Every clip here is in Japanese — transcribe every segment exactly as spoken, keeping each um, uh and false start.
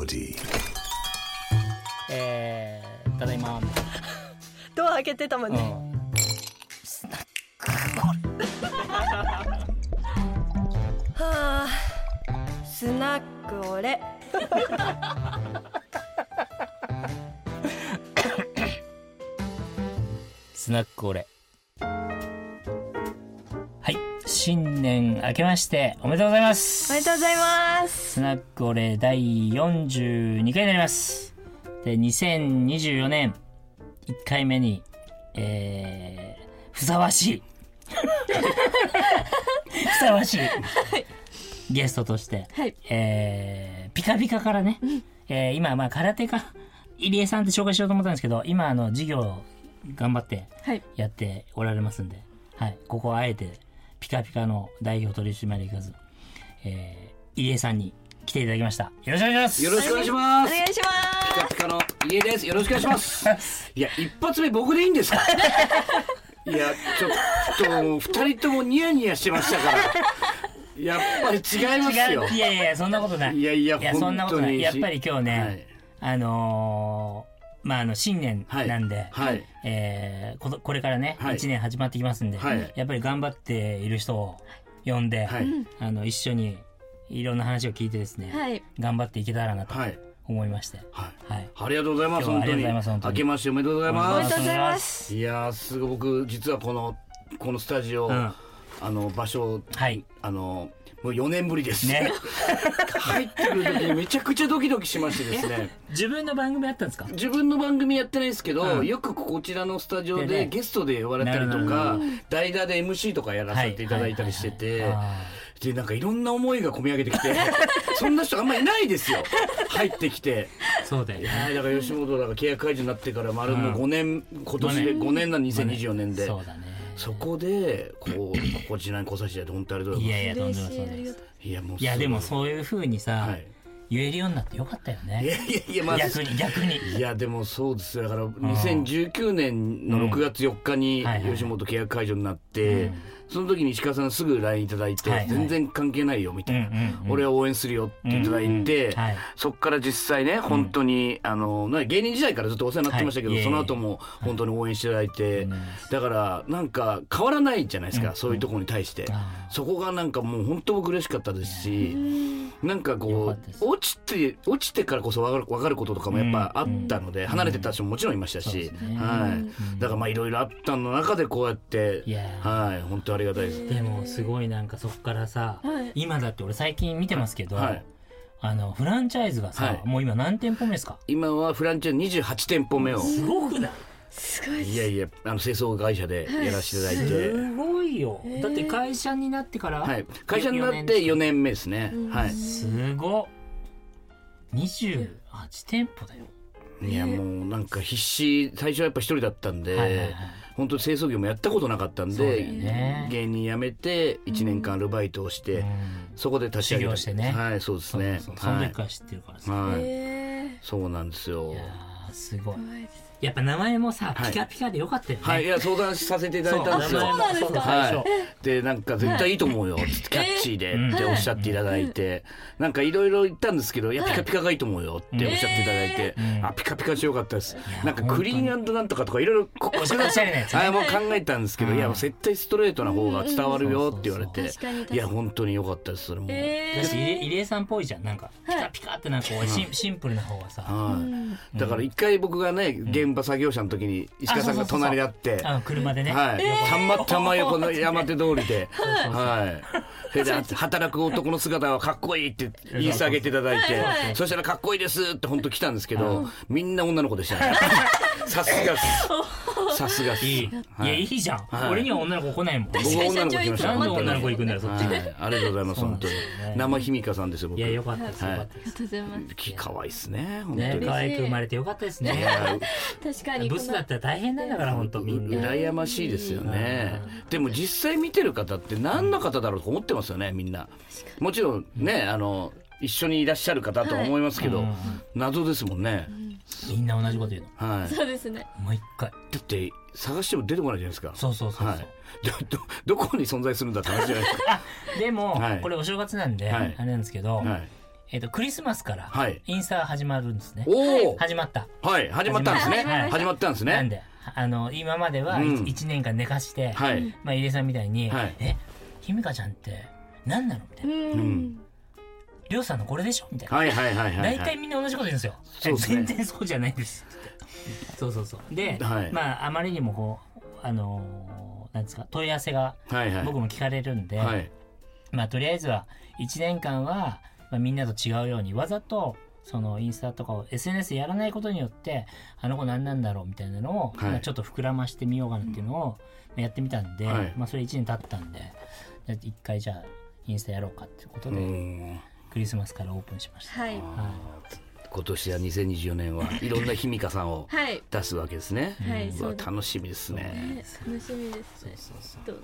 melody. えー、ただいまドア開けてたもんね、 うん、 はあ、スナックオレスナックオレ。はい、新年明けましておめでとうございます。 おめでとうございます。 スナックオレだいよんじゅうにかいになります。でにせんにじゅうよねんいっかいめに、えー、ふさわしいふさわしい、はい、ゲストとして、はい、えー、ピカピカからね、うんえー、今まあ空手家入江さんって紹介しようと思ったんですけど、今あの授業頑張ってやっておられますんで、はい、ここはあえてピカピカの代表取締役、えー、入江さんに来ていただきました。よろしくお願いします。 よろしくお願いします。 お願いします。 ピカピカの家です。よろしくお願いします。いや一発目僕でいいんですか。いやちょっと二人ともニヤニヤしてましたからやっぱり違いますよ。 いやいやそんなことない。 いやいやいやそんなことない。やっぱり今日ね、 はい、 あのーまあ、あの新年なんで、 はいはいえー、こ, これからね、はい、いちねん始まってきますんで、はい、やっぱり頑張っている人を呼んで、はい、あの一緒にいろんな話を聞いてですね、はい、頑張っていけたらなと思いまして、 はいはい、ありがとうございます。本当に明けましておめでとうございます。 おめでとうございます。 いやすごい僕実はこのこのスタジオ、うん、あの場所、はい、あのもうよねんぶりです、ね、入ってくる時にめちゃくちゃドキドキしましてですね。 自分の番組やったんですか？ 自分の番組やってないですけど、うん、よくこちらのスタジオでゲストで呼ばれたりとか、代打で エムシー とかやらせていただいたりしてて、でなんかいろんな思いが込み上げてきてそんな人あんまりいないですよ入ってきて。 そうだよね。 だから吉本だから契約解除になってから丸のごねん、うん、今年でごねんなにせんにじゅうよねんで、そうだね。そこでこうこちらに来させていただいて本当にありがとうございます。 いやいやとんでもないです。 いやもういやでもそういう風にさ、はい、言えるようになってよかったよね。 いやいやいや、まあ、 逆に逆にいやでもそうですよ。だからにせんじゅうきゅうねんのろくがつよっかに吉本契約解除になって、うん、その時に石川さんすぐ ライン いただいて、はいはい、全然関係ないよみたいな、うんうんうん、俺は応援するよっていただいて、うんうんはい、そっから実際ね本当に、うん、あの芸人時代からずっとお世話になってましたけど、はい、その後も本当に応援していただいて、はい、だからなんか変わらないじゃないですか、うん、そういうところに対して、うん、そこがなんかもう本当僕嬉しかったですし、うん、なんかこう落ちて落ちてからこそ分かる、分かることとかもやっぱあったので、うん、離れてた人ももちろんいましたし、うんはい、だからまあいろいろあったの中でこうやって、はい、本当ありがたいです。 でもすごいなんかそこからさ、はい、今だって俺最近見てますけど、はい、あのフランチャイズがさ、はい、もう今何店舗目ですか？ 今はフランチャイズにじゅうはちてんぽめを。 すごくない？ すごい。 いやいやあの清掃会社でやらせていただいて、 すごいよ。だって会社になってから、 はい、会社になってよねんめですね、はい、 すごっ。にじゅうはちてんぽだよ。 いやもうなんか必死、最初はやっぱ一人だったんで、はいはいはい、本当に清掃業もやったことなかったんで、ね、芸人辞めていちねんかんアルバイトをして、うん、そこで立ち上げた。 修行してね。 はい、そうですね。 そうそうそう、はい、その時から知ってるからさ、 はい、そうなんですよ。 いやすごい。やっぱ名前もさ、はい、ピカピカでよかったよね。 はい、いや相談させていただいたんですよ。 そうなんですか。 はい、でなんか絶対いいと思うよ、はい、キャッチーでっておっしゃっていただいて、えー、なんかいろいろ言ったんですけど、いやピカピカがいいと思うよっておっしゃっていただいて、えー、あピカピカしてよかったです。なんかクリーン&なんとかとかいろいろおしゃれなやつ、ね、 あもう考えたんですけど、いや絶対ストレートな方が伝わるよって言われて、いや本当によかったですそれも。 えー、入江さんっぽいじゃん。なんかピカピカってなんかシン、シンプルな方がさ、 はい、だから一回僕がね現場作業者の時に石川さんが隣にあって、 あ車でね、 はい、たまたま横の山手通りで、はい、それで働く男の姿はかっこいいってインスタ上げていただいて、そしたらかっこいいですって本当来たんですけど、みんな女の子でしたね。さすがさすがいい、はい、いやいいじゃん、はい、俺には女の子来ないもん。 僕は女の子来ました。 なんで女の子行くんだよそっち、はい、 ありがとうございます本当に。生ひみかさんですよ僕。 いやよかったです、 はい、ありがとうございます。 可愛いですね本当に。 ね可愛く生まれてよかったですね。 確かにブスだったら大変なんだから本当みんな羨ましいですよね。でも実際見てる方って何の方だろうと思ってますよねみんな。もちろんね、うん、あの一緒にいらっしゃる方とは思いますけど、はい、謎ですもんね、うん、 みんな同じこと言うの、はい、そうですね。 もう一回だって探しても出てこないじゃないですか。 そうそうそうそう、はい、 ど, ど, どこに存在するんだって話じゃないですか。 でも、はい、これお正月なんで、はい、あれなんですけど、はい、 えー、とクリスマスからはいインスタ始まるんですね。 おお始まったはい始まったんですね始まりました始まったんですねなんであの今まではうんいちねんかん寝かして、 はいまあ、入江さんみたいに「 はいえひみかちゃんって何なの?」みたいなうん 「りょうさんのこれでしょ?」みたいな、 はいはいはいはい大体みんな同じこと言うんですよ。 そうですね全然そうじゃないんですってそうそうそうで、 はいまああまりにもこうあのーなんですか問い合わせがはいはい僕も聞かれるんで、 はいまあとりあえずはいちねんかんは、まあ、みんなと違うようにわざとそのインスタとかを エスエヌエス やらないことによってあの子何なんだろうみたいなのを、 はいまあちょっと膨らましてみようかなっていうのをやってみたんで、 はいまあそれいちねん経ったんでじゃあ一回じゃあインスタやろうかっていうことうでんクリスマスからオープンしました。 はいは今年はにせんにじゅうよねんはいろんなひみかさんをはい出すわけですねはいうそうですわ楽しみですねね楽しみですねそうそうどうぞ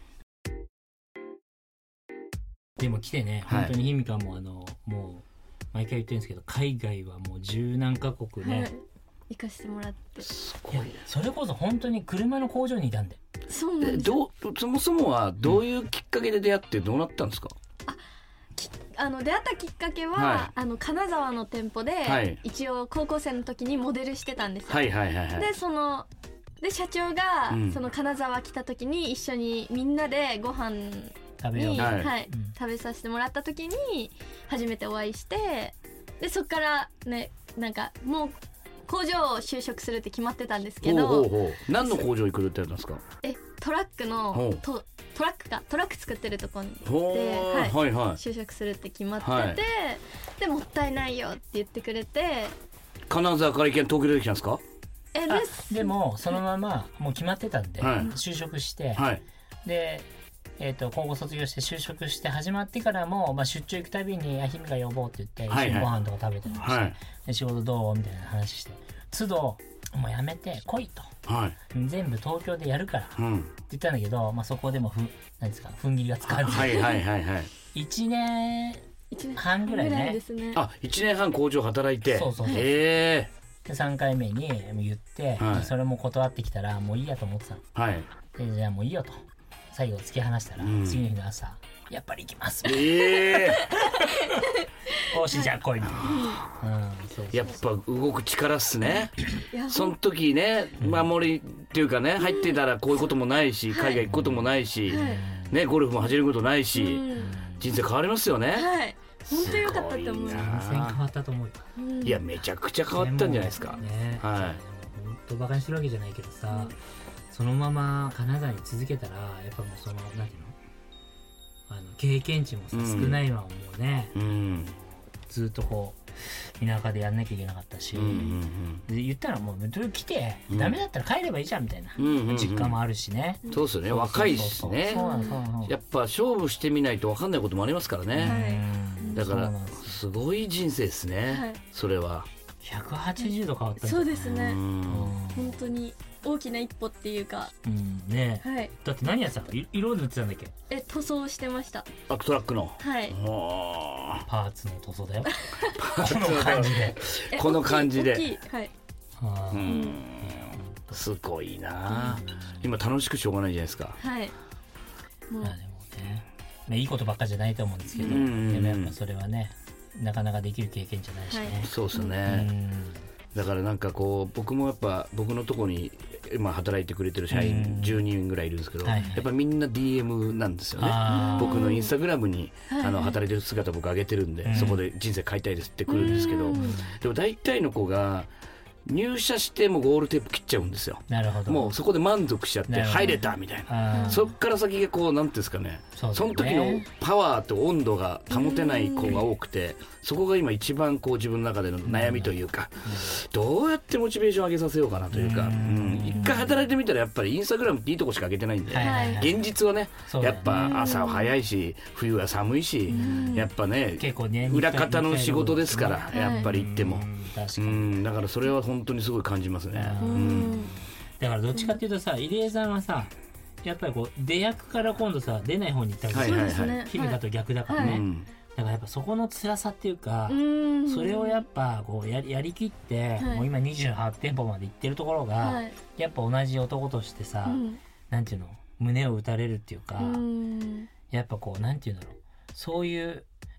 でも来てね、 はい本当にひみかもあのもう毎回言ってるんですけど海外はもう十何カ国ね、 はい行かせてもらってすいやそれこそ本当に車の工場にいたんでそうなんですよどうそもそもはどういうきっかけで出会ってどうなったんですかあの出会ったきっかけは、 はいあの金沢の店舗で、 はい一応高校生の時にモデルしてたんですよ、 はいはいはいはいでそので社長が、 うんその金沢来た時に一緒にみんなでご飯に、 食べようと、 はいはいうん食べさせてもらった時に初めてお会いしてでそっからねなんかもう工場を就職するって決まってたんですけほうどほうほう何の工場行くってやったんですかえトラックほうのとトラックかトラック作ってるところにほうで、はいはいはい就職するって決まってて、 はいでもったいないよって言ってくれて金沢から行けん東京出てきたんですかあえですでもそのままもう決まってたんで、 はい就職して、 はいで、えー、と高校卒業して就職して始まってからも、まあ、出張行くたびに「あひみか呼ぼう」って言ってはいはい一緒にご飯とか食べたりして、 はいで仕事どうみたいな話して都度「もうやめて来い」とはい全部東京でやるからってうん言ったんだけど、まあ、そこでもふなんですか踏ん切りがつかず、 はいはいはいはいいちねん一年半ぐらいねですねあいちねんはん工場働いてそうそうそうえでさんかいめに言って、 はいそれも断ってきたらもういいやと思ってたのえはいでじゃあもういいよと最後突き放したら、 うん次の日の朝やっぱり行きますええおしじゃあ来いみたいな、うん、そうそうやっぱ動く力っすねいやその時ね守りっていうかね入ってたらこういうこともないし海外行くこともないしはいねゴルフも始めることないしうん人生変わりますよねはい本当に良かったって思いすごいます全然変わったと思うようんいやめちゃくちゃ変わったんじゃないですかねはい本当バカにしてるわけじゃないけどさ、そのまま金沢に続けたらやっぱもうそのなんていうのあの経験値もさ、 うん少ないままもうねうんずっとこう田舎でやんなきゃいけなかったし、 うんうんで言ったらもうとりあえず来て、 うんダメだったら帰ればいいじゃんみたいな、 うんうんうん実感もあるしね、 うんそうですよね若いしねそうなのそうなのやっぱ勝負してみないと分かんないこともありますからねはいうんだからそうなんですすごい人生ですはねいそれはひゃくはちじゅうど変わったんじゃそうないですねうん本当に大きな一歩っていうかうんねはいだって何やってたのい色塗ってたんだっけえ塗装してましたバックトラックのはいはパーツの塗装だよこの感じでえこの感じで大きい大きいはいあーあうんすごいな今楽しくしょうがないじゃないですかはいもうまあでもね、まあいいことばっかじゃないと思うんですけど、 うんうんうんでもやっぱそれはねなかなかできる経験じゃないしね、 はいそうですうねんだからなんかこう僕もやっぱ僕のとこに今働いてくれてる社員じゅうにんぐらいいるんですけど、 はいはいやっぱみんな ディーエム なんですよねあー僕のインスタグラムにはいあの働いてる姿僕上げてるんで、 うんそこで人生変えたいですって来るんですけど、 うんでも大体の子が入社してもゴールテープ切っちゃうんですよなるほどもうそこで満足しちゃってなるほど入れたみたいなあーそっから先がこうなんていうんですかねそうだねその時のパワーと温度が保てない子が多くてそこが今一番こう自分の中での悩みというかどうやってモチベーション上げさせようかなというかうんうん一回働いてみたらやっぱりインスタグラムっていいとこしか上げてないんではいはいはい現実はねやっそうだよねぱ朝は早いし冬は寒いしやっぱね結構ね裏方の仕事ですからはいやっぱり行ってもうん確かうに、 んだからそれは本当にすごい感じますねううんんだからどっちかっていうとさ入江さんはさやっぱりこう出役から今度さ出ない方に行ったわけはいですよ、 そうですね姫香と逆だからね、 はいうんだからやっぱそこの辛さっていうか、 うんそれをやっぱこうやりやりきって、 はいもう今にじゅうはち店舗まで行ってるところが、 はいやっぱ同じ男としてさ、 うんなんていうの胸を打たれるっていうか、 うんやっぱこうなんていうんだろうそういう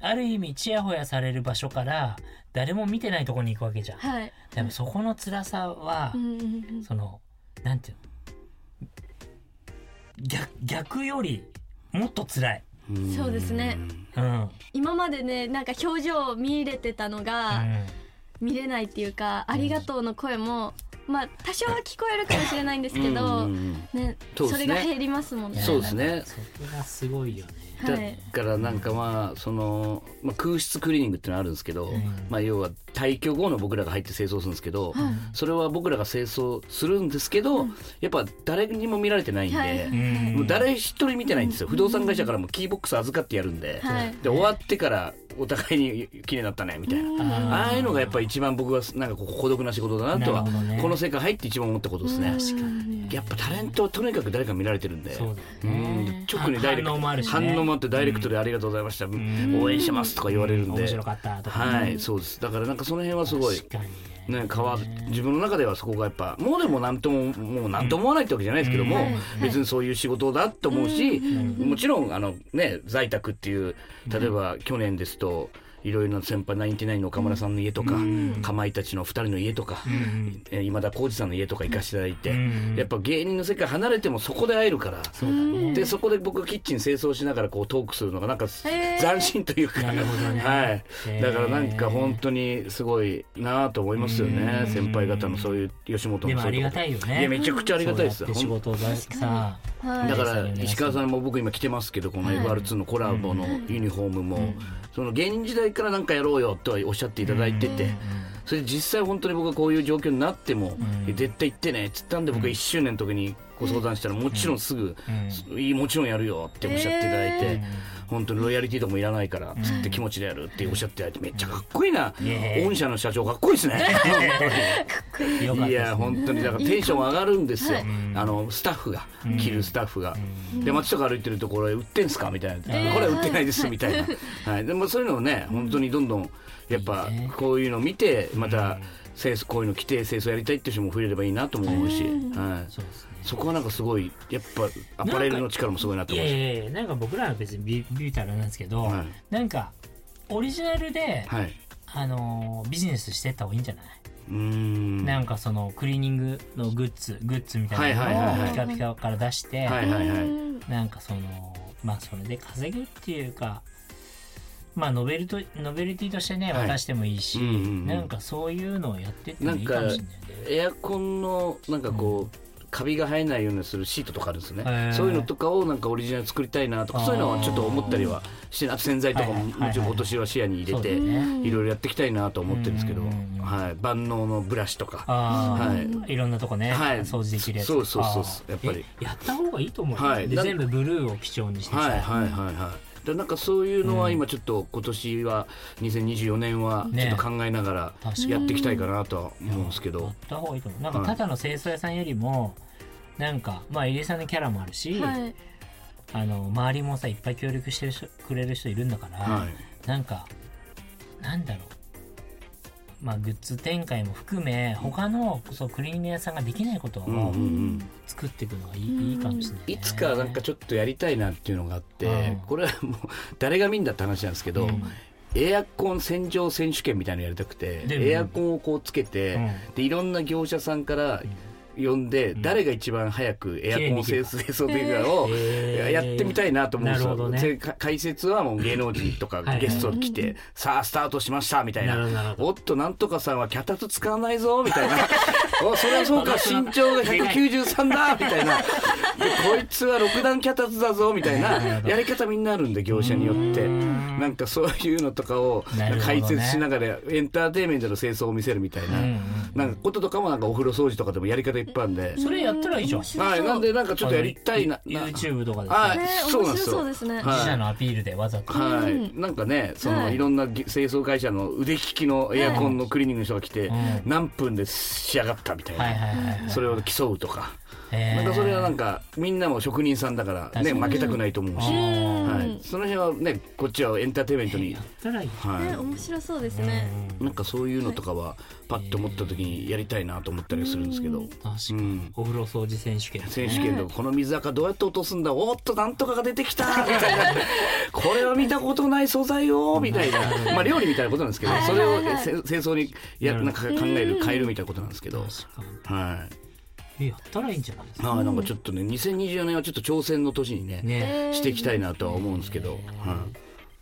ある意味チヤホヤされる場所から誰も見てないところに行くわけじゃん、 はい、 でもそこの辛さは、うんうんうん、そのなんていうの 逆, 逆よりもっと辛い。 そうですね、うん、今までねなんか表情見れてたのが、うん、見れないっていうかありがとうの声も、まあ多少は聞こえるかもしれないんですけど、ね、それが減りますもんね。 そうですね。 そこがすごいよね。 だからなんかまあその、まあ、空室クリーニングってのあるんですけど、うんまあ、要は退去後の僕らが入って清掃するんですけど、うん、それは僕らが清掃するんですけど、うん、やっぱ誰にも見られてないんで、はい、もう誰一人見てないんですよ。不動産会社からもキーボックス預かってやるんで、はい、で終わってからお互いに綺麗になったねみたいな、ああいうのがやっぱり一番僕はなんかこう孤独な仕事だなとは、ね、この世界入って一番思ったことですね。やっぱタレントはとにかく誰か見られてるんで、そうだね、直にダイレクト反応もあるしね、反応もあってダイレクトでありがとうございました、うん、応援してますとか言われるんで、 面白かったとか、ね、 はいそうです。だからなんかその辺はすごいね、変わ自分の中ではそこがやっぱもうでも何とももう何とも思わないってわけじゃないですけども、うん、別にそういう仕事だと思うし、うん、もちろんあのね在宅っていう例えば去年ですといろいろな先輩ナインティナインの岡村さんの家とか、うん、かまいたちのふたりの家とか、うん、今田耕司さんの家とか行かせていただいて、うん、やっぱ芸人の世界離れてもそこで会えるから、そうだね、でそこで僕がキッチン清掃しながらこうトークするのがなんか斬新というか、ねはい、だからなんか本当にすごいなと思いますよね。先輩方のそういう吉本のそういうとこでもありがたいよね。 いやめちゃくちゃありがたいですよ。 仕事ださだから石川さんも僕今着てますけどこの エフアールツー のコラボのユニフォームも、うんその芸人時代からなんかやろうよとはおっしゃっていただいてて、それで実際本当に僕がこういう状況になっても、うん、絶対行ってねっつったんで僕はいっしゅうねんの時にご相談したらもちろんすぐ、うん、いいもちろんやるよっておっしゃっていただいて、えー、本当にロイヤリティとかもいらないからつって気持ちでやるっておっしゃっていただいてめっちゃかっこいいな、えー、御社の社長かっこいいですねいや本当にだからテンション上がるんですよ、あのスタッフが着るスタッフが、うん、で街とか歩いてるところへ売ってんすかみたいな、えー、これは売ってないですみたいな、はい、でもそういうのをね本当にどんどんやっぱこういうのを見てまた清掃こういうの着て清掃やりたいっていう人も増えればいいなと思うし、はい、そうですね、そこはなんかすごいやっぱアパレルの力もすごいなと思うし、 いやいやなんか僕らは別にビビューターなんですけど、はい、なんかオリジナルで、はい、あのビジネスしてった方がいいんじゃない？うーんなんかそのクリーニングのグッズグッズみたいなのをピカピカから出して、はいはいはい、なんかそのまあそれで稼ぐっていうかまあノベルトノベルティとしてね渡してもいいし、はいうんうんうん、なんかそういうのをやってってもいいかもしれないね。 エアコンのなんかこう、うんカビが生えないようにするシートとかあるんですね。そういうのとかをなんかオリジナル作りたいなとかそういうのはちょっと思ったりはして、あと洗剤とかももちろん今年は視野に入れていろいろやっていきたいなと思ってるんですけど、はい、万能のブラシとか、 はい、いろんなとこね、はい、掃除できるやつ、 そうそうそうそうやっぱりやった方がいいと思う、はい、で全部ブルーを基調にしてさ、 はいはいはいはいでなんかそういうのは今ちょっと今年はにせんにじゅうよねんはちょっと考えながらやっていきたいかなとは思うんですけど、ね、 やった方がいいと思う。なんかただの清掃屋さんよりもなんかまあ入江さんのキャラもあるし、はい、あの周りもさいっぱい協力してる人くれる人いるんだから、はい、なんかなんだろうまあグッズ展開も含め他のそうクリーニング屋さんができないことを作っていくのがいい、うんうん、いいかもしれない、ね、 いつかなんかちょっとやりたいなっていうのがあって、うん、これはもう誰が見んだって話なんですけど、うん、エアコン洗浄選手権みたいなのやりたくて、エアコンをこうつけて、うん、でいろんな業者さんから呼んで、うん、誰が一番早くエアコン清掃というかをやってみたいなと思うんですよ、ね、解説はもう芸能人とかゲスト来てはい、はい、さあスタートしましたみたいな、おっとなんとかさんは脚立使わないぞみたいなおそれはそうか身長がひゃくきゅうじゅうさんだみたいなでこいつはろく段脚立だぞみたいなやり方みんなあるんで業者によってなんかそういうのとかを解説しながらエンターテインメントの清掃を見せるみたいな、なんかこととかもなんかお風呂掃除とかでもやり方いっぱいあるんで、 それやったらいいじゃん。 はい、なんでなんかちょっとやりたいな。 YouTube とかで、 はい、そうなんですよ。 ですね。 自社のアピールでわざと。 はい、なんかね、そのいろんな清掃会社の腕利きのエアコンのクリーニングの人が来て何分で仕上がったみたいな、それを競うとか。なんかそれはなんかみんなも職人さんだからね負けたくないと思うし、はい、その辺はねこっちはエンンターテインメントに、 やったらいい、 はいね、面白そうですね、 うん、なんかそういうのとかはパッと思った時にやりたいなと思ったりするんですけど、うん、 確かに、うん、お風呂掃除選手権選手権とか、この水垢どうやって落とすんだ、おっとなんとかが出てきたみたいなこれは見たことない素材をみたいなまあ料理みたいなことなんですけど、それを清掃にやなんか考える変えるみたいなことなんですけど、はい、 やったらいいんじゃないですか。 あ、なんかちょっとねにせんにじゅうよねんはちょっと挑戦の年に ね, ねしていきたいなとは思うんですけど、はい、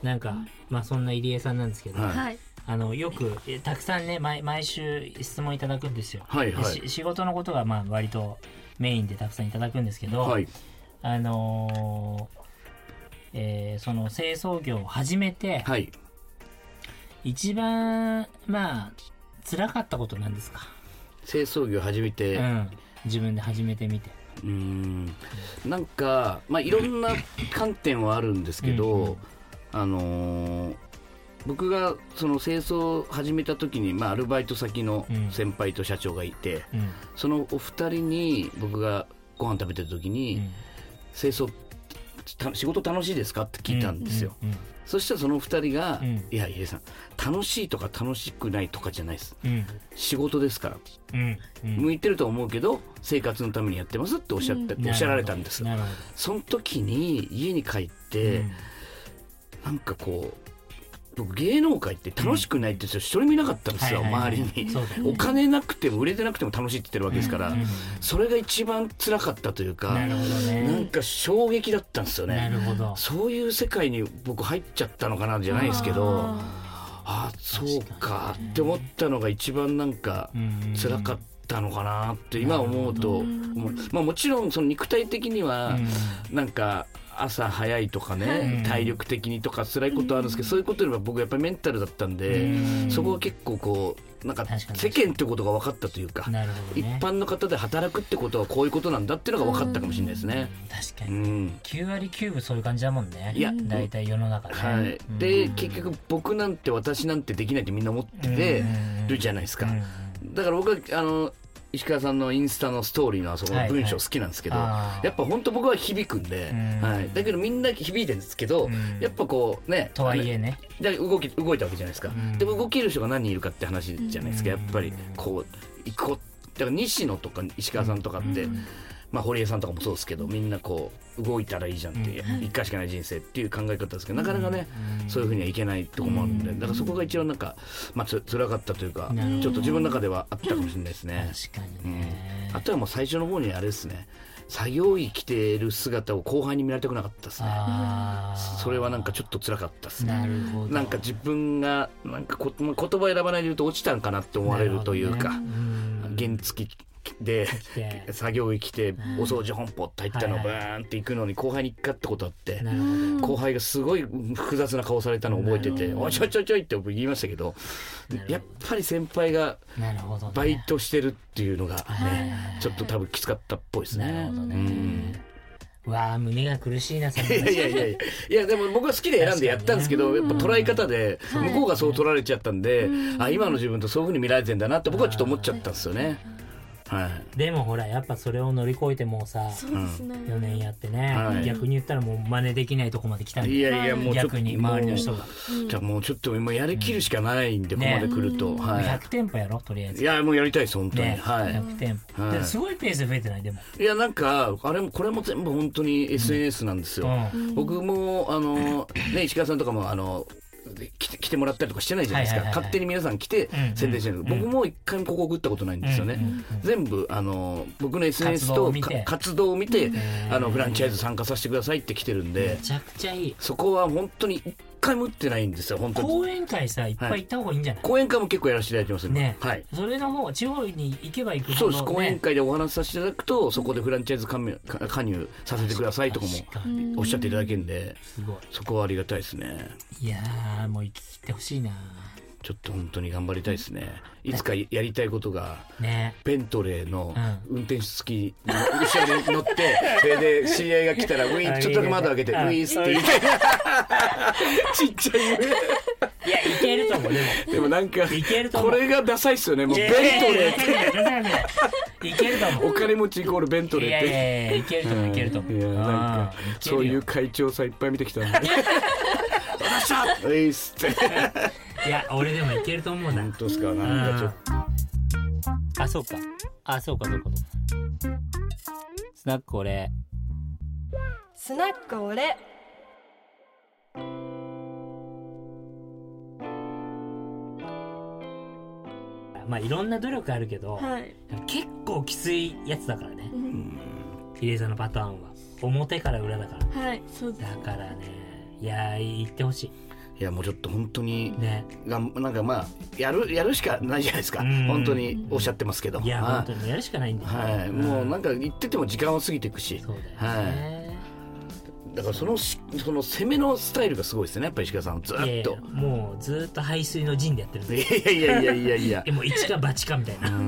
なんかまあそんな入江さんなんですけど、 はい、 あのよくたくさんね 毎, 毎週質問いただくんですよ、 はいはい、 仕事のことがまあ割とメインでたくさんいただくんですけど、はい、あのーえー、その清掃業を始めて、はい、一番まあ辛かったことなんですか。 清掃業を始めて、うん、 自分で始めてみて、 うーんなんか、まあ、いろんな観点はあるんですけど、うんうん、あのー、僕がその清掃を始めた時に、まあ、アルバイト先の先輩と社長がいて、うん、そのお二人に僕がご飯食べてる時に、うん、清掃仕事楽しいですかって聞いたんですよ、うんうんうん、そしたらその二人が、うん、いや入江さん楽しいとか楽しくないとかじゃないです、うん、仕事ですから、うんうん、向いてると思うけど生活のためにやってますっておっしゃって、うん、おっしゃられたんです。その時に家に帰って、うん、なんかこう僕芸能界って楽しくないって人一人もいなかったんですよ、うん、周りに、はいはい、お金なくても売れてなくても楽しいって言ってるわけですから、うんうん、それが一番辛かったというか、なるほどね、なんか衝撃だったんですよね。なるほど、そういう世界に僕入っちゃったのかなじゃないですけど、ああそうかって思ったのが一番なんか辛かったのかなって今思うと、まあ、もちろんその肉体的にはなんか朝早いとかね、うん、体力的にとか辛いことあるんですけど、うん、そういうことよりは僕やっぱりメンタルだったんで、うん、そこは結構こうなんか世間ってことが分かったというか、ね、一般の方で働くってことはこういうことなんだっていうのが分かったかもしれないですね、 うん、確かに、うん、きゅうわりきゅうぶそういう感じだもんね。いや大体世の中で、 はい、うん、で結局僕なんて私なんてできないってみんな思っててるじゃないですか、うん、だから僕はあの石川さんのインスタのストーリーのあそこの文章好きなんですけど、はいはい、やっぱ本当僕は響くんで、ん、はい、だけどみんな響いてるんですけど、やっぱこうねとはいえねで動き動いたわけじゃないですか。でも動ける人が何人いるかって話じゃないですか。やっぱりこう行こうだから西野とか石川さんとかって、まあ、堀江さんとかもそうですけど、みんなこう動いたらいいじゃんって、うん、一回しかない人生っていう考え方ですけど、なかなかね、うん、そういうふうにはいけないところもあるんで、だからそこが一番なんか、まあ、つ辛かったというか、ちょっと自分の中ではあったかもしれないですね。 確かにね、 うん、あとはもう最初の方にあれですね、作業着着てる姿を後輩に見られたくなかったですね。それはなんかちょっと辛かったですね。なるほど。なんか自分がなんかこ言葉選ばないで言うと落ちたんかなって思われるというか、ね、うん、原付で作業着着てお掃除本舗って入ったのをバーンって行くのに後輩に行ったってことあって、後輩がすごい複雑な顔されたのを覚えてて、おいちょいちょいちょいって言いましたけど、やっぱり先輩がバイトしてるっていうのがね、ちょっと多分きつかったっぽいですね。なるほどね、 うん、わあ胸が苦しいな。いやいやいやいやいや、でも僕は好きで選んでやったんですけど、やっぱ捉え方で向こうがそう取られちゃったんで、あ今の自分とそういう風に見られてんだなって僕はちょっと思っちゃったんですよね。はい、 でもほらやっぱそれを乗り越えてもうさ、そうですね、よねんやってね、はい、逆に言ったらもう真似できないとこまで来たんで、 いやいやもう逆に周りの人がじゃあもうちょっと今やりきるしかないんで、うん、ここまで来ると、ね、はい、 ひゃくてんぽやろとりあえず。 いやもうやりたいです本当に、ね、はい、 ひゃくてんぽ、はい、すごいペースで増えてない。でもいやなんかあれもこれも全部本当に エスエヌエス なんですよ、うん、僕もあの、ね、石川さんとかもあの来て、来てもらったりとかしてないじゃないですか、はいはいはいはい、勝手に皆さん来て宣伝してる、うんうん、僕も一回も広告打ったことないんですよね、うんうんうん、全部あの僕の エスエヌエス と活動を見て、あのフランチャイズ参加させてくださいって来てるんで、 めちゃくちゃいい。 そこは本当に一回も打ってないんですよ本当に。 講演会さいっぱい行った方がいいんじゃない、 はい、講演会も結構やらせていただいてますね、 はい、それの方が地方に行けば行くほど、ね、 そうです。講演会でお話しさせていただくとそこでフランチャイズ加入、加入させてくださいとかもおっしゃっていただけるんで、すごいそこはありがたいですね。 いやーもう生き切ってほしいな。 ちょっと本当に頑張りたいですね。いつかやりたいことが、ね、ベントレーの運転手付き後ろで乗ってで知り合いが来たらウィーンちょっとだけ窓開けてウィーンスって言ってちっちゃい夢。 いやいけると思う。でもでもなんかこれがダサいっすよね。もうベントレーっていけると思う。 お金持ちイコールベントレーって。 いやいやいけると思う、いけると思う。 いやなんかそういう会長さんいっぱい見てきたんで私っしゃーえいっすっていや俺でもいけると思うな。 本当ですか。なんかちょっとあそうかあそうかそうかスナック俺スナック俺まあいろんな努力あるけど、はい、結構きついやつだからね、うん、入江さんのパターンは表から裏だから、 はい、そうです。 だからねいや言ってほしい。 いやもうちょっと本当に、ね、がなんかまあやるやるしかないじゃないですか。本当におっしゃってますけど、 いや本当にやるしかないんだよ、 はい、もうなんか言ってても時間は過ぎていくし、 そうだよね、はいだからそのその攻めのスタイルがすごいですね。やっぱり石川さんずっといやいやもうずっと排水の陣でやってるんで。 いやいやいやいやいやでも一か八かみたいな、うん、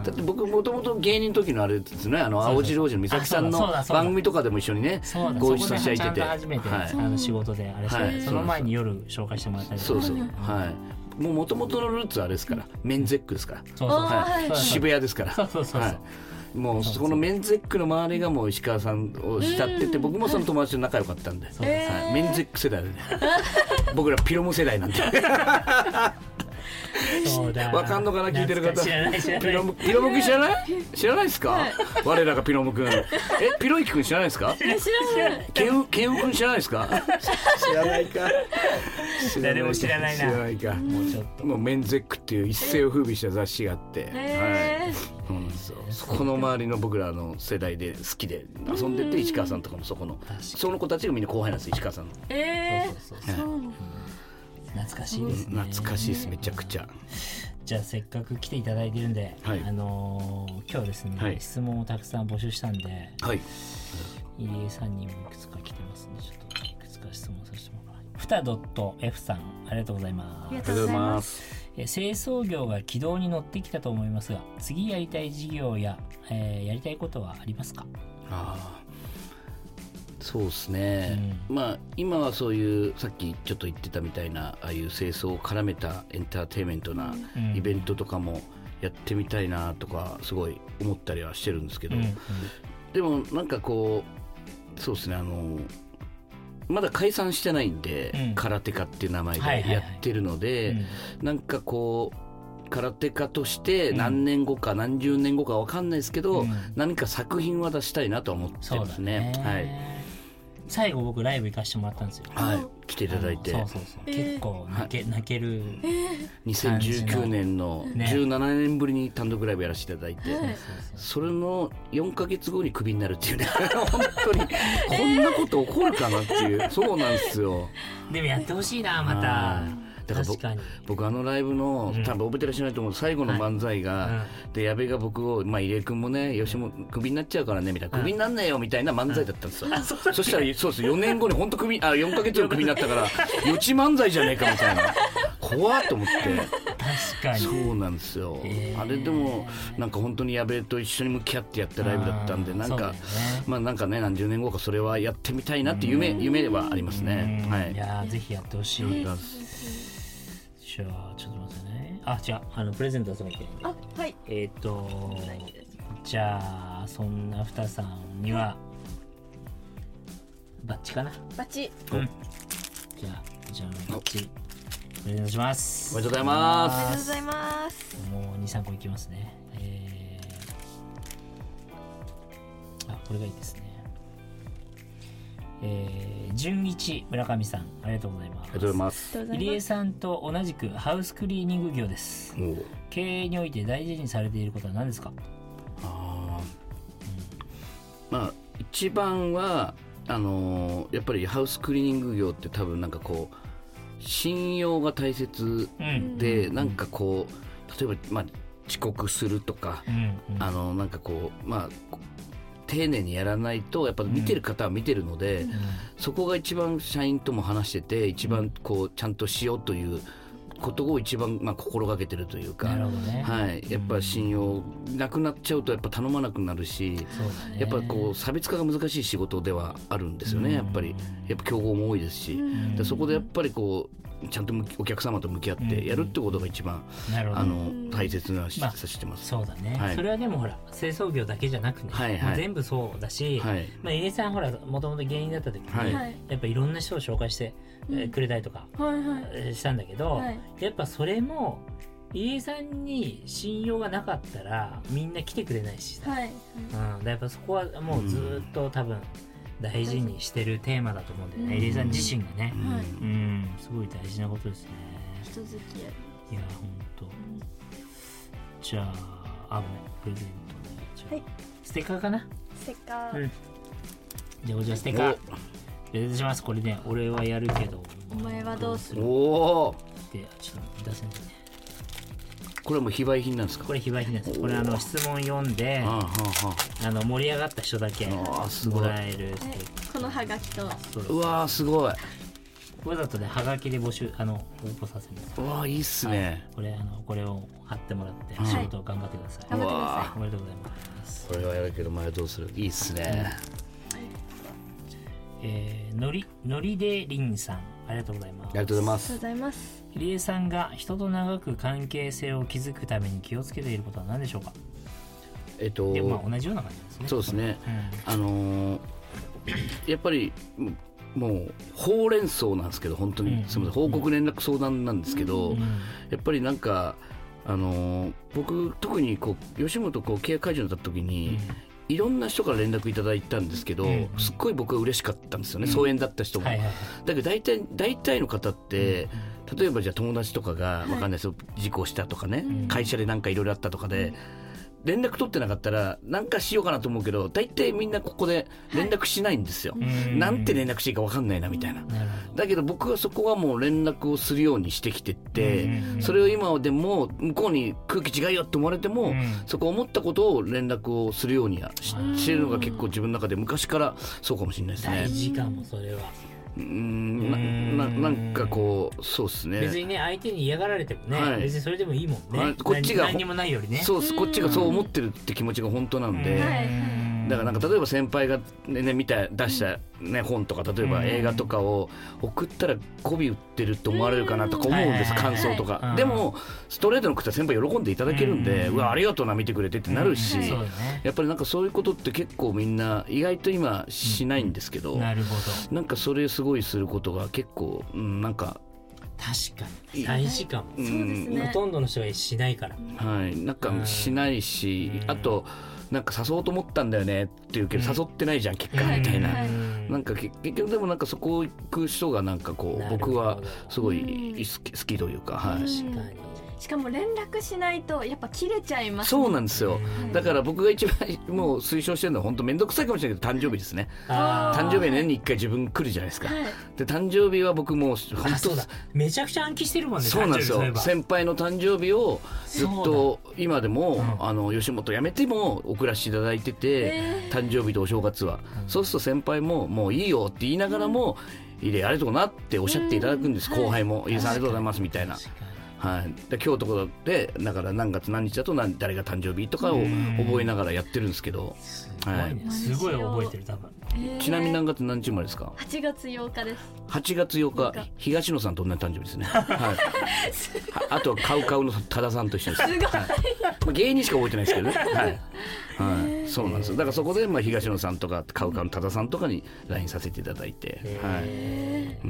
だって僕もともと芸人の時のあれですね、あの青白王子の美咲さんの番組とかでも一緒にねご一緒させていただいてて、 初めて、はい、あの仕事であれして、はい、その前に夜紹介してもらったりとか、 そうそう、はいもう元々のルーツはあれですから、メンゼックですから、そうそう、はい、渋谷ですから、 そうそうそうそう、はいもうそこのメンゼックの周りがもう石川さんを慕ってて、僕もその友達と仲良かったんで、はい、メンゼック世代で、ね、僕らピロム世代なんでそうだわかんのかな聞いてる方。 知らない知らないピロムピロム君知らない知らないですか、はい、我らがピロム君えピロイキ君知らないですか知らないケンウケンウ君知らないですか知らないか誰も知らないな。 知らないか。もうちょっともうメンゼックっていう一世を風靡した雑誌があって、はい、そうなんですよ。そこの周りの僕らの世代で好きで遊んでて、石川さんとかもそこのその子たちがみんな後輩なんです、石川さんの。 えー、そうそうそう、はい懐かしいですね。 懐かしいですめちゃくちゃ。 じゃあせっかく来ていただいてるんで、はい、あのー、今日はですね、はい、質問をたくさん募集したんで、はい、入江さんにもいくつか来てますんで、ちょっといくつか質問させてもらうかな。ふた .f さんありがとうございます。 ありがとうございます。 え清掃業が軌道に乗ってきたと思いますが、次やりたい事業や、えー、やりたいことはありますか？ あそうですね、うん、まあ今はそういうさっきちょっと言ってたみたいなああいう清掃を絡めたエンターテインメントなイベントとかもやってみたいなとかすごい思ったりはしてるんですけど、うんうん、でもなんかこうそうですね、あのまだ解散してないんで、うん、空手家っていう名前でやってるので、なんかこう空手家として何年後か何十年後か分かんないですけど、うん、何か作品は出したいなと思ってますね。はい、 最後僕ライブ行かしてもらったんですよ。 はい、来ていただいて、 そうそうそう、えー、結構泣け、はい、泣ける、えー、 にせんじゅうきゅうねんのじゅうななねんぶりに単独ライブやらせていただいて、ね、それのよんかげつごにクビになるっていうね本当にこんなこと起こるかなっていうそうなんですよ。 でもやってほしいなまた。 だから 僕, 僕あのライブの、うん、多分覚えてらっしゃらないと思う最後の漫才が、はいうん、で矢部が僕を、まあ、入江君もね吉本クビになっちゃうからねみたいな、クビになんねえよみたいな漫才だったんですよ、うん、そ, そしたらそうですよねんごに本当クビあよんかげつのクビになったから予知漫才じゃねえかみたいな怖っと思って確かにそうなんですよ、えー、あれでもなんか本当に矢部と一緒に向き合ってやったライブだったんでなんか、ね、まあなんかね何十年後かそれはやってみたいなっていう夢、夢はありますね。はい、 いやぜひやってほしい。じゃあちょっと待ってね。あ違うあのプレゼント出さなきゃいけないんで。 あはいえっ、ー、とじゃあそんなふたさんにはバッチかな。 バッチ、 うん、じゃあじゃあバッチプレゼントします。 おめでとうございます。 おめでとうございます。 もう にさんこいきますね。えー、あこれがいいですね。えー、純一村上さんありがとうございます。 ありがとうございます。 入江さんと同じくハウスクリーニング業です。経営において大事にされていることは何ですか？ あ、うん、まあ一番はあのー、やっぱりハウスクリーニング業って多分なんかこう信用が大切で、うん、なんかこう例えば、まあ、遅刻するとか、うんうん、あのなんかこうまあ丁寧にやらないとやっぱ見てる方は見てるので、うん、そこが一番社員とも話してて一番こうちゃんとしようということを一番まあ心がけてるというか、 なるほどね、 はい、やっぱ信用なくなっちゃうとやっぱ頼まなくなるし、 そうだね、 やっぱこう差別化が難しい仕事ではあるんですよね。やっぱりやっぱ競合も多いですし、でそこでやっぱりこうちゃんとお客様と向き合ってやるってことが一番、うん、あの大切なさせてます、 まあ、そうだね、はい、それはでもほら清掃業だけじゃなくね、はいはい、全部そうだし、はい、まあ、入江さんほらもともと芸人だった時に、はい、やっぱいろんな人を紹介してくれたりとかしたんだけど、はいはい、やっぱそれも入江さんに信用がなかったらみんな来てくれないしさ、はいうん、だやっぱそこはもうずっと多分大事にしてるテーマだと思うんだよね、入江さん自身がね、うんはいうん、すごい大事なことですね。 人付き合い。 いや本当、うん、じゃああプレゼント、はい、ステッカーかな。 ステッカー、うん、 じゃあこちらステッカープレゼントします。これね俺はやるけどお前はどうする。 おおでちょっと出せないね。 これはもう非売品なんですか。 これ非売品なんです。これあの質問読んでああの盛り上がった人だけもらえるステッカー。 このハガキとうわーすごい。 わざとねハガキで募集あの応募させます。 うわーいいっすね、はい、 これあのこれを貼ってもらって仕事を頑張ってください、 はい、頑張ってください。 おめでとうございます。 これはやるけど前どうする。いいっすね、 うんえー、のりのりでりんさんありがとうございます。 ありがとうございます。 ありがとうございます。 入江さんが人と長く関係性を築くために気をつけていることは何でしょうか。 えっとでまあ同じような感じですね。 そうですね、うん、あのー、やっぱりもうほうれん草なんですけど本当に、うん、すみません報告連絡相談なんですけど、うん、やっぱりなんかあのー、僕特にこう吉本こう契約解除になった時に、うんいろんな人から連絡いただいたんですけど、うん、すっごい僕は嬉しかったんですよね、うん、疎遠だった人も、はいはいはい、だけど大体大体の方って、うん、例えばじゃあ友達とかが分かんないですよ、はい、事故したとかね、うん、会社でなんかいろいろあったとかで、うん連絡取ってなかったらなんかしようかなと思うけど大体みんなここで連絡しないんですよ、はい、なんて連絡していいか分かんないなみたいな。だけど僕はそこはもう連絡をするようにしてきてってそれを今でも向こうに空気違いよって思われてもそこ思ったことを連絡をするようにはしてるのが結構自分の中で昔からそうかもしれないですね。 大事かもそれは。 うんな, な, なんかこうそうですね別にね相手に嫌がられてもね、はい、別にそれでもいいもんね、はい、 こっちが何にもないよりねそうこっちがそう思ってるって気持ちが本当なんでだからなんか例えば先輩が、ねね、見た出した、ね、本とか例えば映画とかを送ったら媚び売ってると思われるかなとか思うんです感想とか、はい、でもストレートの送ったら先輩喜んでいただけるんでうわありがとうな見てくれてってなるしやっぱりなんかそういうことって結構みんな意外と今しないんですけど、 なるほどなんかそれすごいすることが結構、うん、なんか確かに大事かも、うん、ほとんどの人がしないからはいなんかしないしあとなんか誘おうと思ったんだよねっていうけど、うん、誘ってないじゃん結果みたいな、はい、なんか結局でもなんかそこ行く人がなんかこう僕はすごい好き、好きというか、はい、 確かにしかも連絡しないとやっぱ切れちゃいます、ね、 そうなんですよだから僕が一番もう推奨してるのは本当面倒くさいかもしれないけど誕生日ですね誕生日は年にいっかい自分来るじゃないですか、はい、で誕生日は僕もう本当めちゃくちゃ暗記してるもんね。 そうなんですよ先輩の誕生日をずっと今でも、うん、あの吉本辞めても送らせていただいてて、えー、誕生日とお正月は、うん、そうすると先輩ももういいよって言いながらも、うん、いいでありがとうなっておっしゃっていただくんです、うん、後輩も、はい、さんありがとうございますみたいなはい、で今日ところでだから何月何日だと何誰が誕生日とかを覚えながらやってるんですけどすごいね、はい、すごい覚えてる多分、 えー、ちなみに何月何日生まれですか。 はちがつようかです。 はちがつようか東野さんと同じ誕生日ですね、はい、あとはカウカウの多田さんと一緒です。すごい、はいまあ、芸人しか覚えてないですけどね、はいはい、そうなんですよ。だからそこでまあ東野さんとかカウカウの多田さんとかに ライン させていただいて、はいうん、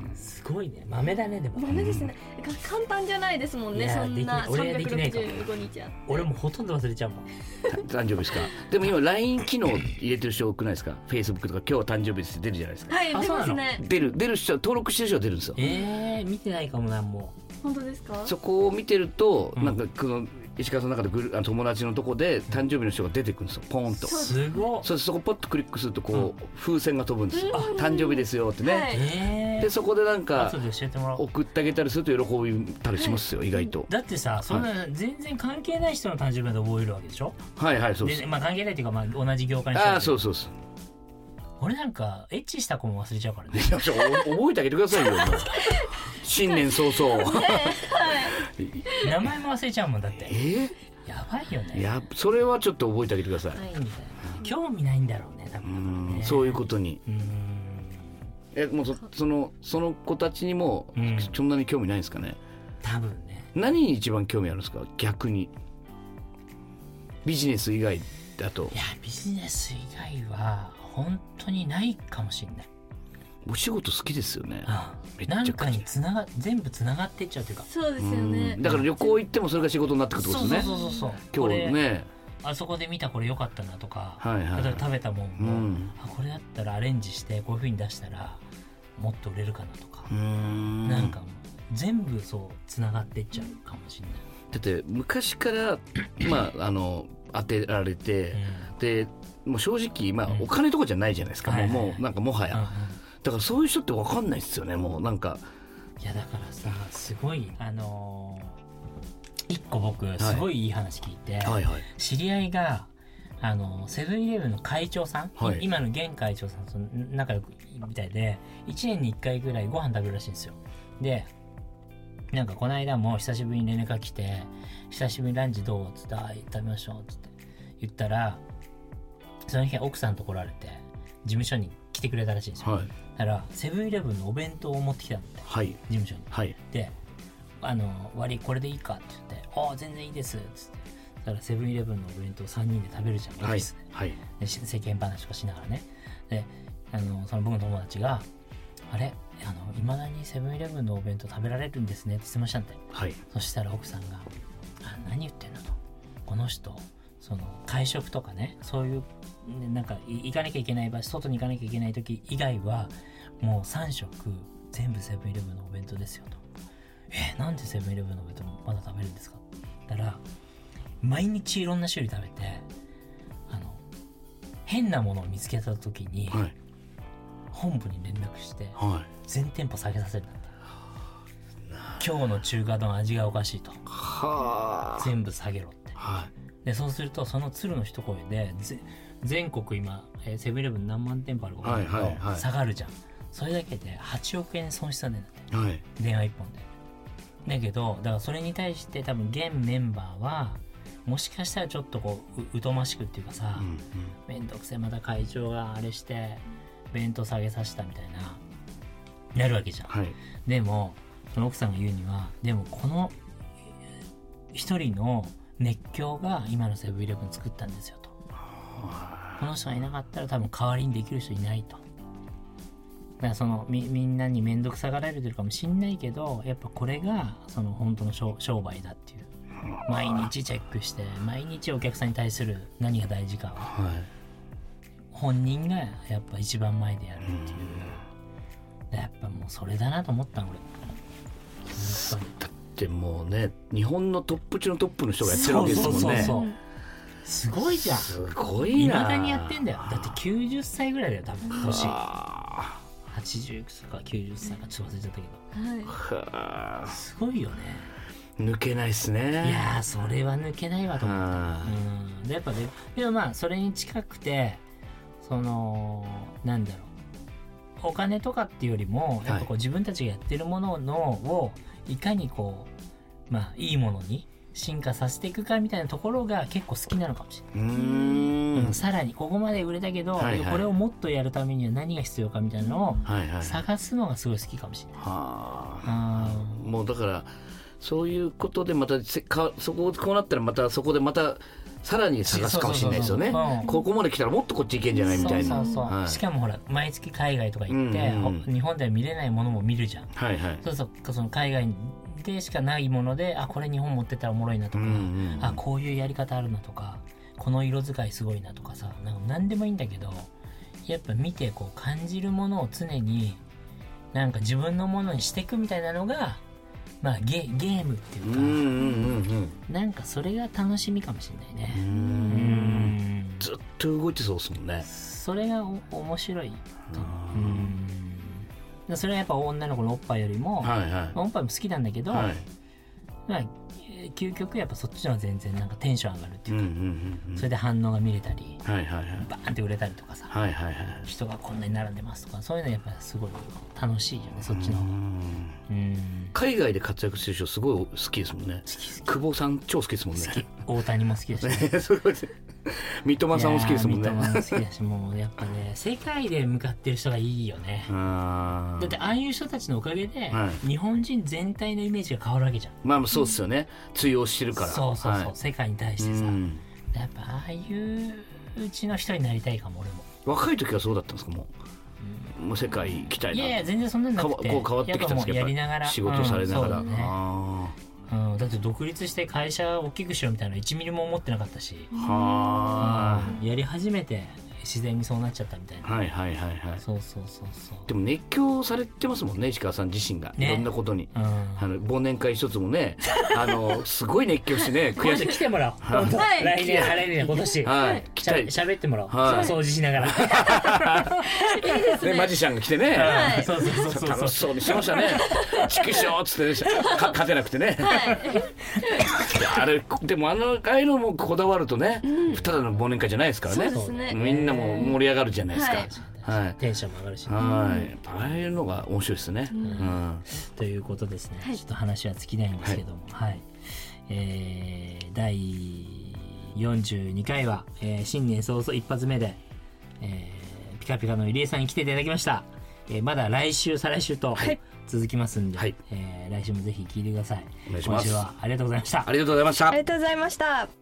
すごいね豆だね。でも豆ですね、うん、簡単じゃないですもんね。そんなさんびゃくろくじゅうごにちあって俺もほとんど忘れちゃうもん誕生日ですか。でも今 ライン 機能入れてる人多くないですか。 Facebook とか今日は誕生日ですって出るじゃないですか。 はい出ますね。 出る出る人登録してる人は出るんですよ。 えー、見てないかもな。もう本当ですか。 そこを見てると、うん、なんかこの石川さんの中でグル友達のとこで誕生日の人が出てくるんですよ。ポーンとすごい。 そそこポッとクリックするとこう、うん、風船が飛ぶんですよ。誕生日ですよってね、はい、でそこでなんか送ってあげたりすると喜びたりしますよ、はい、意外と。 だってさそんな全然関係ない人の誕生日まで覚えるわけでしょ。 はいはいそうです。 まあ、関係ないっていうか、まあ、同じ業界の人。 あそうそうそう。 俺なんかエッチした子も忘れちゃうからね覚えてあげてくださいよ新年早々 名前も忘れちゃうもんだって。 えー、 やばいよね。 いやそれはちょっと覚えてあげてください。 興味ないんだろうね多分ね。 そういうことにうんえもう そ, そ, のその子たちにもそんなに興味ないんですかね。 多分ね。 何に一番興味あるんですか逆に。ビジネス以外だと。 いやビジネス以外は本当にないかもしれない。 お仕事好きですよね、 うん、なんかにつなが全部つながっていっちゃうというか。 そうですよね、 だから旅行行ってもそれが仕事になってくるってことですね。 そうそうそうそう今日ねあそこで見たこれ良かったなとか、 はいはい、 例えば食べたもんも、 うん、 あこれだったらアレンジしてこういう風に出したらもっと売れるかなとか、 うーんなんか全部そうつながっていっちゃうかもしれない。 だって昔からまああの当てられて、うん、でもう正直、まあ、お金とかじゃないじゃないですか、うん、もう、もうなんかもはや、うんうん、だからそういう人って分かんないですよね。もうなんかいやだからさすごいあのー、一個僕すごいいい話聞いて、はいはいはい、知り合いがあのセブンイレブンの会長さん、はい、今の現会長さんと仲良くみたいでいちねんにいっかいぐらいご飯食べるらしいんですよ。でなんかこの間も久しぶりに連絡が来て久しぶりにランチどうっつってあ食べましょうっつって言ったらその日は奥さんと来られて事務所に来てくれたらしいんですよ、はい、だからセブンイレブンのお弁当を持ってきたんで、はい、事務所に、はい、であの割りこれでいいかって言ってあ全然いいですっつってだからセブンイレブンのお弁当をさんにんで食べるじゃん、オフィスで、はい、で世間話とかしながらねであのその僕の友達があれあの未だにセブンイレブンのお弁当食べられるんですねって質問したんで、はい、そしたら奥さんがあ何言ってんのとこの人その会食とかねそういうなんか行かなきゃいけない場所外に行かなきゃいけない時以外はもうさん食全部セブンイレブンのお弁当ですよと。えなんでセブンイレブンのお弁当まだ食べるんですかって言ったら毎日いろんな種類食べてあの変なものを見つけた時に、はい、本部に連絡して、はい、全店舗下げさせるんだって。今日の中華丼味がおかしいとは全部下げろって、はい、でそうするとその鶴の一声で全国今セブンイレブン何万店舗あるか分かるけど、はいはいはい、下がるじゃん。それだけではちおくえん損失なんだって、はい、電話一本で。だけどだからそれに対して多分現メンバーはもしかしたらちょっとこう う, 疎ましくっていうかさ、うんうん、めんどくせえまた会長があれして弁当下げさせたみたいななるわけじゃん、はい、でもその奥さんが言うにはでもこの一人の熱狂が今のセブンイレブン作ったんですよと。この人がいなかったら多分代わりにできる人いないと。だからその み, みんなに面倒くさがられてるかもしんないけどやっぱこれがその本当の 商, 商売だっていう毎日チェックして毎日お客さんに対する何が大事かを、はい、本人がやっぱ一番前でやるっていう、うん、やっぱもうそれだなと思ったの俺。 だってもうね日本のトップ中のトップの人がやってるわけですもんね。そうそうそうそうすごいじゃん。 すごいな。 未だにやってんだよ。だってきゅうじゅっさいぐらいだよ多分年はちじゅうかきゅうじゅっさいかちょっと忘れちゃったけど、はい、すごいよね。 抜けないっすね。 いやそれは抜けないわと思った、うん、でやっぱねでもまあそれに近くてそのなんだろうお金とかっていうよりもやっぱこう自分たちがやってるもののをいかにこうまあいいものに進化させていくかみたいなところが結構好きなのかもしれない。うーん、うん、さらにここまで売れたけど、はいはい、これをもっとやるためには何が必要かみたいなのを探すのがすごい好きかもしれない、はいはい、もうだからそういうことでまたせかそここうなったらまたそこでまたさらに探すかもしれないですよね。ここまで来たらもっとこっち行けんじゃないみたいな。そうそうそう、はい、 しかもほら毎月海外とか行って、うんうんうん、日本では見れないものも見るじゃん、はいはい、そうそうその海外でしかないものであこれ日本持ってったらおもろいなとか、うんうんうん、あこういうやり方あるなとかこの色使いすごいなとかさなんか何でもいいんだけどやっぱ見てこう感じるものを常になんか自分のものにしていくみたいなのがまあ ゲ, ゲームっていうか、うんうんうんうん、なんかそれが楽しみかもしれないね。うんうんずっと動いてそうですもんね。 それがお面白いと。うんそれはやっぱ女の子のおっぱいよりも、はいはいまあ、おっぱいも好きなんだけど、はいまあ、究極やっぱそっちの方が全然なんかテンション上がるっていうか、うんうんうんうん、それで反応が見れたり、はいはいはい、バーンって売れたりとかさ、はいはいはい、人がこんなに並んでますとかそういうのやっぱすごい楽しいよねそっちの方が。うん海外で活躍してる人すごい好きですもんね。好き好き久保さん超好きですもんね。好き大谷も好きだし、ね、 三笘さんも好きですもんね。 三笘も好きだしもうやっぱね世界で向かってる人がいいよね。あだってああいう人たちのおかげで、はい、日本人全体のイメージが変わるわけじゃん。 まあそうですよね、うん、通用してるから。 そうそうそう、はい、世界に対してさ、うん、やっぱああいううちの人になりたいかも俺も。 若い時はそうだったんですかもうもう世界行きたいな。 いやいや全然そんなんなくて、 こう変わってきたんですか、やっぱり仕事されながら、うん、 あうん、だって独立して会社を大きくしようみたいなのいちミリも思ってなかったし、 はあ、うん、やり始めて自然にそうなっちゃったみたいな。 はいはいはいはい。 そうそうそうそう。 でも熱狂されてますもんね、石川さん自身が、ね、いろんなことに、うん、あの忘年会一つもねあのすごい熱狂してね悔しい来てもらおう、はい、来年来年今年、はい、来たいしゃべってもらおう、はい、掃除しながらいいですね、 マジシャンが来てね、 はい、そうそうそうそう楽しそうにしてましたねチクショーっつって、ね、か勝てなくてね、はい、あれでもあのああいうのもこだわるとね、うん、ただの忘年会じゃないですからね、 そうですね、 みんなも盛り上がるじゃないですか、はいはい、 テンションも上がるし、ね、 はい、ああいうのが面白いですね、うんうん、 ということですね、はい、ちょっと話は尽きないんですけども、はいはい、えー、だいよんじゅうにかいは、えー、新年早々一発目で、えー、ピカピカの入江さんに来ていただきました、えー、まだ来週再来週と続きますんで、はい、えー、来週もぜひ聞いてください。 お願いします。 今週はありがとうございました。 ありがとうございました。 ありがとうございました。